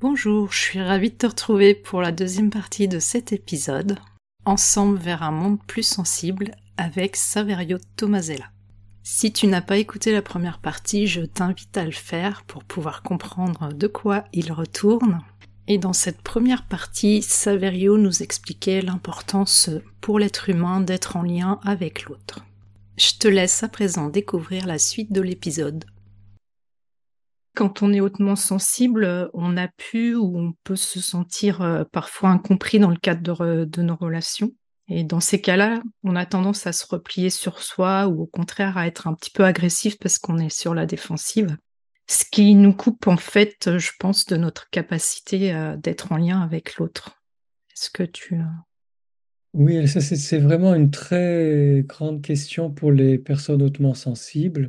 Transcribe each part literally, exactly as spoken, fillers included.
Bonjour, je suis ravie de te retrouver pour la deuxième partie de cet épisode, Ensemble vers un monde plus sensible avec Saverio Tomasella. Si tu n'as pas écouté la première partie, je t'invite à le faire pour pouvoir comprendre de quoi il retourne. Et dans cette première partie, Saverio nous expliquait l'importance pour l'être humain d'être en lien avec l'autre. Je te laisse à présent découvrir la suite de l'épisode. Quand on est hautement sensible, on a pu ou on peut se sentir euh, parfois incompris dans le cadre de, re- de nos relations. Et dans ces cas-là, on a tendance à se replier sur soi ou au contraire à être un petit peu agressif parce qu'on est sur la défensive. Ce qui nous coupe en fait, je pense, de notre capacité euh, d'être en lien avec l'autre. Est-ce que tu... euh, Oui, ça c'est c'est vraiment une très grande question pour les personnes hautement sensibles,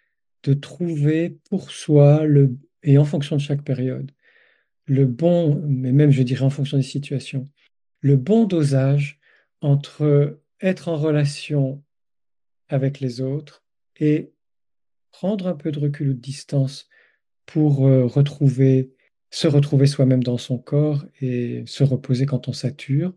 de trouver pour soi, le, et en fonction de chaque période, le bon, mais même je dirais en fonction des situations, le bon dosage entre être en relation avec les autres et prendre un peu de recul ou de distance pour euh, retrouver, se retrouver soi-même dans son corps et se reposer quand on sature,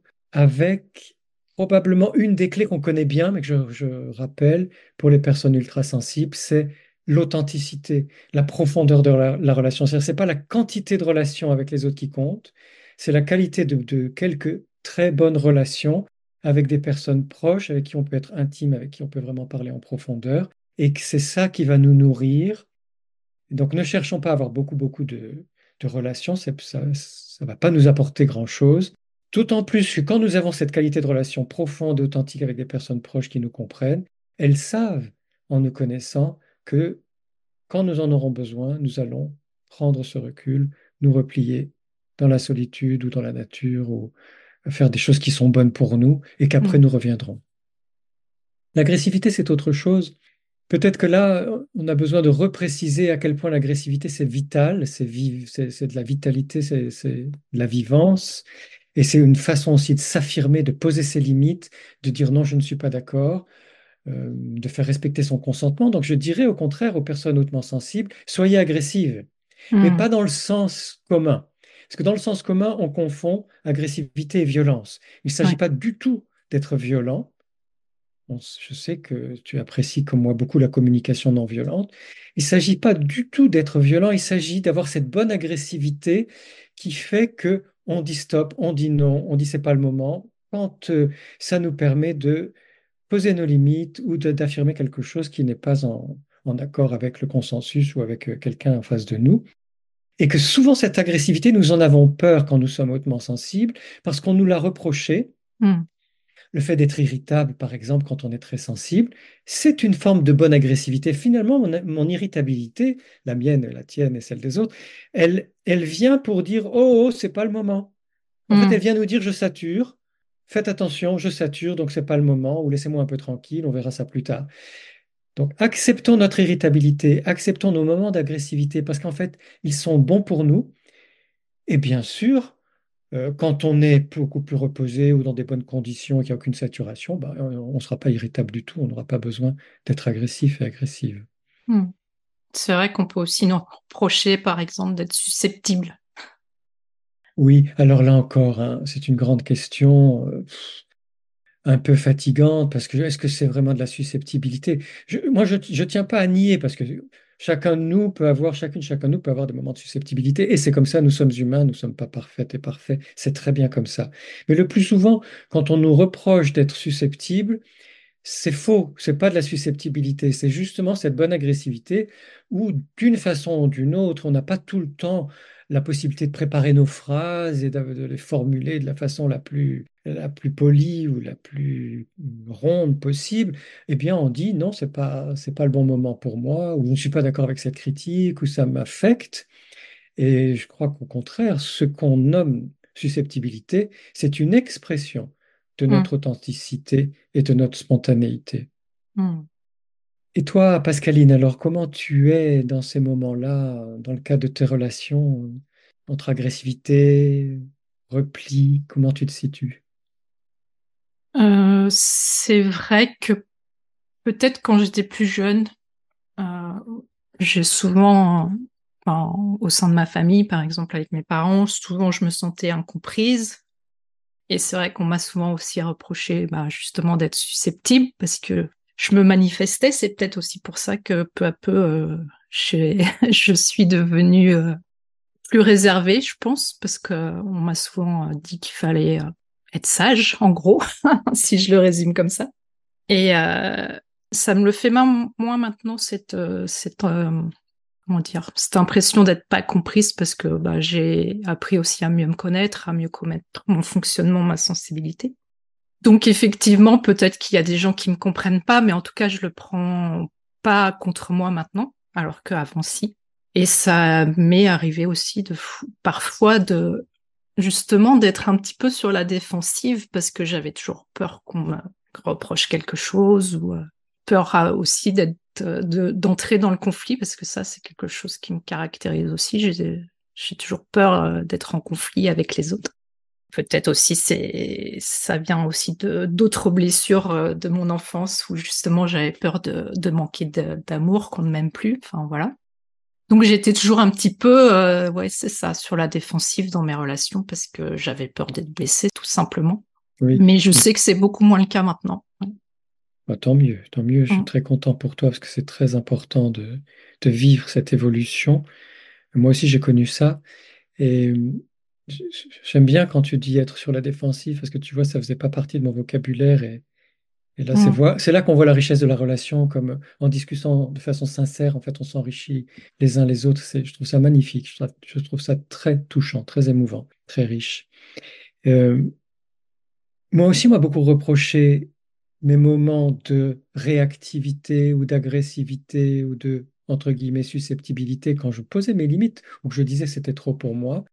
avec probablement une des clés qu'on connaît bien, mais que je, je rappelle pour les personnes ultra sensibles, c'est l'authenticité, la profondeur de la, la relation. C'est-à-dire, c'est pas la quantité de relations avec les autres qui compte, c'est la qualité de, de quelques très bonnes relations avec des personnes proches, avec qui on peut être intime, avec qui on peut vraiment parler en profondeur, et que c'est ça qui va nous nourrir. Donc, ne cherchons pas à avoir beaucoup, beaucoup de, de relations, c'est- ça ne va pas nous apporter grand-chose. D'autant plus que quand nous avons cette qualité de relation profonde, authentique avec des personnes proches qui nous comprennent, elles savent, en nous connaissant, que quand nous en aurons besoin, nous allons prendre ce recul, nous replier dans la solitude ou dans la nature ou faire des choses qui sont bonnes pour nous et qu'après hmm, nous reviendrons. L'agressivité, c'est autre chose. Peut-être que là, on a besoin de repréciser à quel point l'agressivité, c'est vital, c'est vive, c'est c'est de la vitalité, c'est c'est de la vivance. Et c'est une façon aussi de s'affirmer, de poser ses limites, de dire non, je ne suis pas d'accord, euh, de faire respecter son consentement. Donc je dirais au contraire aux personnes hautement sensibles, soyez agressives, mais hmm, pas dans le sens commun. Parce que dans le sens commun, on confond agressivité et violence. Il ne s'agit ouais, pas du tout d'être violent. Bon, je sais que tu apprécies comme moi beaucoup la communication non violente. Il ne s'agit pas du tout d'être violent, il s'agit d'avoir cette bonne agressivité qui fait que on dit stop, on dit non, on dit c'est pas le moment, quand euh, ça nous permet de poser nos limites ou de- d'affirmer quelque chose qui n'est pas en, en accord avec le consensus ou avec euh, quelqu'un en face de nous. Et que souvent cette agressivité, nous en avons peur quand nous sommes hautement sensibles parce qu'on nous l'a reproché. hmm, Le fait d'être irritable, par exemple, quand on est très sensible, c'est une forme de bonne agressivité. Finalement, mon, mon irritabilité, la mienne, la tienne et celle des autres, elle, elle vient pour dire, oh, oh, c'est pas le moment. En fait, elle hmm, vient nous dire, je sature, faites attention, je sature, donc c'est pas le moment, ou laissez-moi un peu tranquille, on verra ça plus tard. Donc, acceptons notre irritabilité, acceptons nos moments d'agressivité, parce qu'en fait, ils sont bons pour nous. Et bien sûr, euh, quand on est beaucoup plus reposé ou dans des bonnes conditions et qu'il n'y a aucune saturation, bah, on ne sera pas irritable du tout, on n'aura pas besoin d'être agressif et agressive. hmm. C'est vrai qu'on peut aussi nous reprocher, par exemple, d'être susceptible. Oui, alors là encore, hein, c'est une grande question, euh, un peu fatigante, parce que est-ce que c'est vraiment de la susceptibilité? Je- moi, je ne tiens pas à nier, parce que chacun de nous peut avoir, chacune, chacun de nous peut avoir des moments de susceptibilité, et c'est comme ça, nous sommes humains, nous ne sommes pas parfaits et parfaits, c'est très bien comme ça. Mais le plus souvent, quand on nous reproche d'être susceptible, c'est faux, c'est pas de la susceptibilité, c'est justement cette bonne agressivité où d'une façon ou d'une autre, on n'a pas tout le temps la possibilité de préparer nos phrases et de, de les formuler de la façon la plus, la plus polie ou la plus ronde possible. Eh bien, on dit non, c'est pas, c'est pas le bon moment pour moi, ou je ne suis pas d'accord avec cette critique, ou ça m'affecte. Et je crois qu'au contraire, ce qu'on nomme susceptibilité, c'est une expression de Hmm, notre authenticité et de notre spontanéité. hmm. Et toi, Pascaline, alors comment tu es dans ces moments-là, dans le cadre de tes relations euh, entre agressivité, repli, comment tu te situes? Euh, c'est vrai que peut-être quand j'étais plus jeune, euh, j'ai souvent en- au sein de ma famille, par exemple avec mes parents, souvent je me sentais incomprise. Et c'est vrai qu'on m'a souvent aussi reproché bah, justement d'être susceptible parce que je me manifestais. C'est peut-être aussi pour ça que peu à peu, euh, j'ai- je suis devenue euh, plus réservée, je pense, parce que on m'a souvent euh, dit qu'il fallait euh, être sage, en gros, si je le résume comme ça. Et euh, ça me le fait même moins maintenant, cette, euh, cette, euh, comment dire, cette impression d'être pas comprise parce que bah, j'ai appris aussi à mieux me connaître, à mieux connaître mon fonctionnement, ma sensibilité. Donc effectivement, peut-être qu'il y a des gens qui me comprennent pas, mais en tout cas, je le prends pas contre moi maintenant, alors qu'avant si. Et ça m'est arrivé aussi de fou- parfois de justement d'être un petit peu sur la défensive parce que j'avais toujours peur qu'on me reproche quelque chose ou euh, peur euh, aussi d'être euh, de- d'entrer dans le conflit parce que ça c'est quelque chose qui me caractérise aussi. J'ai j'ai toujours peur euh, d'être en conflit avec les autres. Peut-être aussi c'est ça vient aussi de d'autres blessures euh, de mon enfance où justement j'avais peur de, de manquer de- d'amour, qu'on ne m'aime plus. Enfin voilà. Donc j'étais toujours un petit peu, euh, ouais, c'est ça, sur la défensive dans mes relations parce que j'avais peur d'être blessée, tout simplement. Oui, Mais je mais sais que c'est beaucoup moins le cas maintenant. bah, tant mieux, tant mieux. Je suis Mm. très content pour toi parce que c'est très important de, de vivre cette évolution. Moi aussi, j'ai connu ça. Et euh, j- j- j'aime bien quand tu dis être sur la défensive parce que tu vois, ça faisait pas partie de mon vocabulaire. Et, et là, c'est Mm. voi- c'est là qu'on voit la richesse de la relation, comme en discutant de façon sincère, en fait, on s'enrichit les uns les autres. C'est, je trouve ça magnifique. Je trouve, je trouve ça très touchant, très émouvant, très riche. Euh, Moi aussi, on m'a beaucoup reproché mes moments de réactivité ou d'agressivité ou de, entre guillemets, susceptibilité quand je posais mes limites ou que je disais que c'était trop pour moi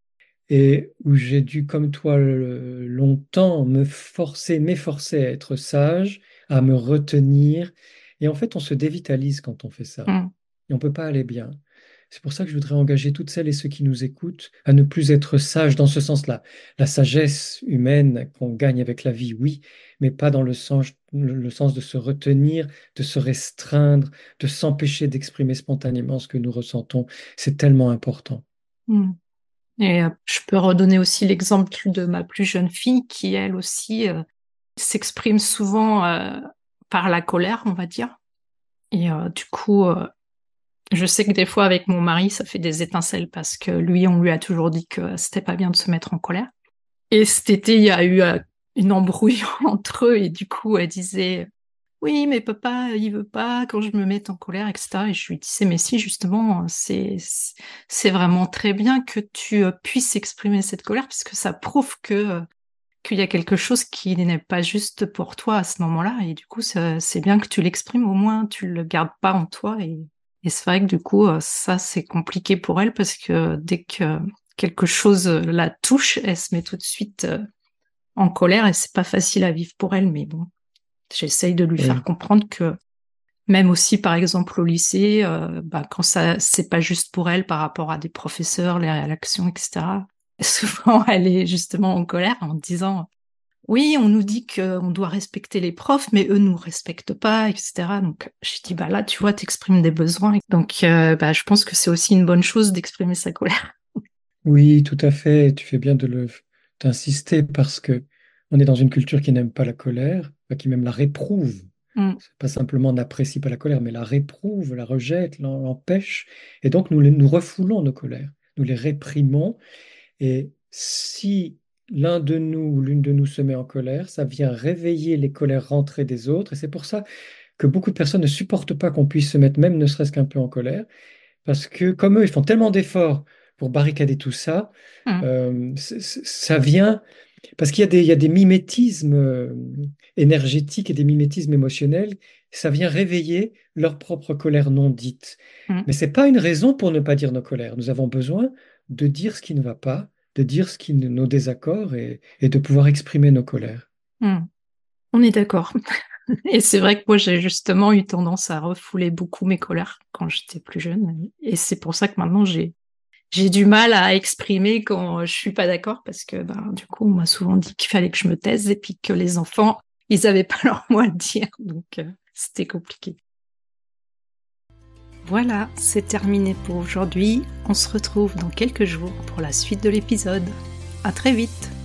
et où j'ai dû, comme toi, le- longtemps me forcer, m'efforcer à être sage, à me retenir. Et en fait, on se dévitalise quand on fait ça. Mm. Et on ne peut pas aller bien. C'est pour ça que je voudrais engager toutes celles et ceux qui nous écoutent à ne plus être sages dans ce sens-là. La sagesse humaine qu'on gagne avec la vie, oui, mais pas dans le sens, le sens de se retenir, de se restreindre, de s'empêcher d'exprimer spontanément ce que nous ressentons. C'est tellement important. Mm. Et euh, je peux redonner aussi l'exemple de ma plus jeune fille qui, elle aussi, euh, s'exprime souvent euh, par la colère, on va dire. Et euh, du coup, euh, je sais que des fois, avec mon mari, ça fait des étincelles parce que lui, on lui a toujours dit que c'était pas bien de se mettre en colère. Et cet été, il y a eu euh, une embrouille entre eux et du coup, elle disait, oui, mais papa, il veut pas quand je me mette en colère, et cetera. Et je lui disais, mais si, justement, c'est, c'est vraiment très bien que tu euh, puisses exprimer cette colère puisque ça prouve que, euh, qu'il y a quelque chose qui n'est pas juste pour toi à ce moment-là. Et du coup, ça- c'est bien que tu l'exprimes, au moins, tu le gardes pas en toi. Et, et c'est vrai que du coup, euh, ça, c'est compliqué pour elle parce que dès que quelque chose la touche, elle se met tout de suite euh, en colère et c'est pas facile à vivre pour elle, mais bon, j'essaye de lui faire Oui. comprendre que même aussi, par exemple, au lycée, euh, bah, quand ça, c'est pas juste pour elle par rapport à des professeurs, les réactions, et cetera. Souvent, elle est justement en colère en disant, oui, on nous dit qu'on doit respecter les profs, mais eux nous respectent pas, et cetera. Donc, je dis, bah là, tu vois, t'exprimes des besoins. Donc, euh, bah, je pense que c'est aussi une bonne chose d'exprimer sa colère. Oui, tout à fait. Tu fais bien de le d'insister parce que on est dans une culture qui n'aime pas la colère, enfin, qui même la réprouve. Mm, C'est pas simplement n'apprécie pas la colère, mais la réprouve, la rejette, l'en- l'empêche. Et donc nous, les- nous refoulons nos colères, nous les réprimons. Et si l'un de nous ou l'une de nous se met en colère, ça vient réveiller les colères rentrées des autres. Et c'est pour ça que beaucoup de personnes ne supportent pas qu'on puisse se mettre même ne serait-ce qu'un peu en colère. Parce que comme eux, ils font tellement d'efforts pour barricader tout ça, mm, euh, c- c- ça vient parce qu'il y a des, il y a des mimétismes euh, énergétiques et des mimétismes émotionnels. Ça vient réveiller leur propre colère non dite. mm, Mais c'est pas une raison pour ne pas dire nos colères. Nous avons besoin de dire ce qui ne va pas, de dire ce qui, nos désaccords et, et de pouvoir exprimer nos colères. mm. On est d'accord. Et c'est vrai que moi, j'ai justement eu tendance à refouler beaucoup mes colères quand j'étais plus jeune. Et c'est pour ça que maintenant, j'ai j'ai du mal à exprimer quand je suis pas d'accord parce que ben, du coup, on m'a souvent dit qu'il fallait que je me taise et puis que les enfants, ils avaient pas leur mot à dire. Donc, euh, c'était compliqué. Voilà, c'est terminé pour aujourd'hui. On se retrouve dans quelques jours pour la suite de l'épisode. À très vite!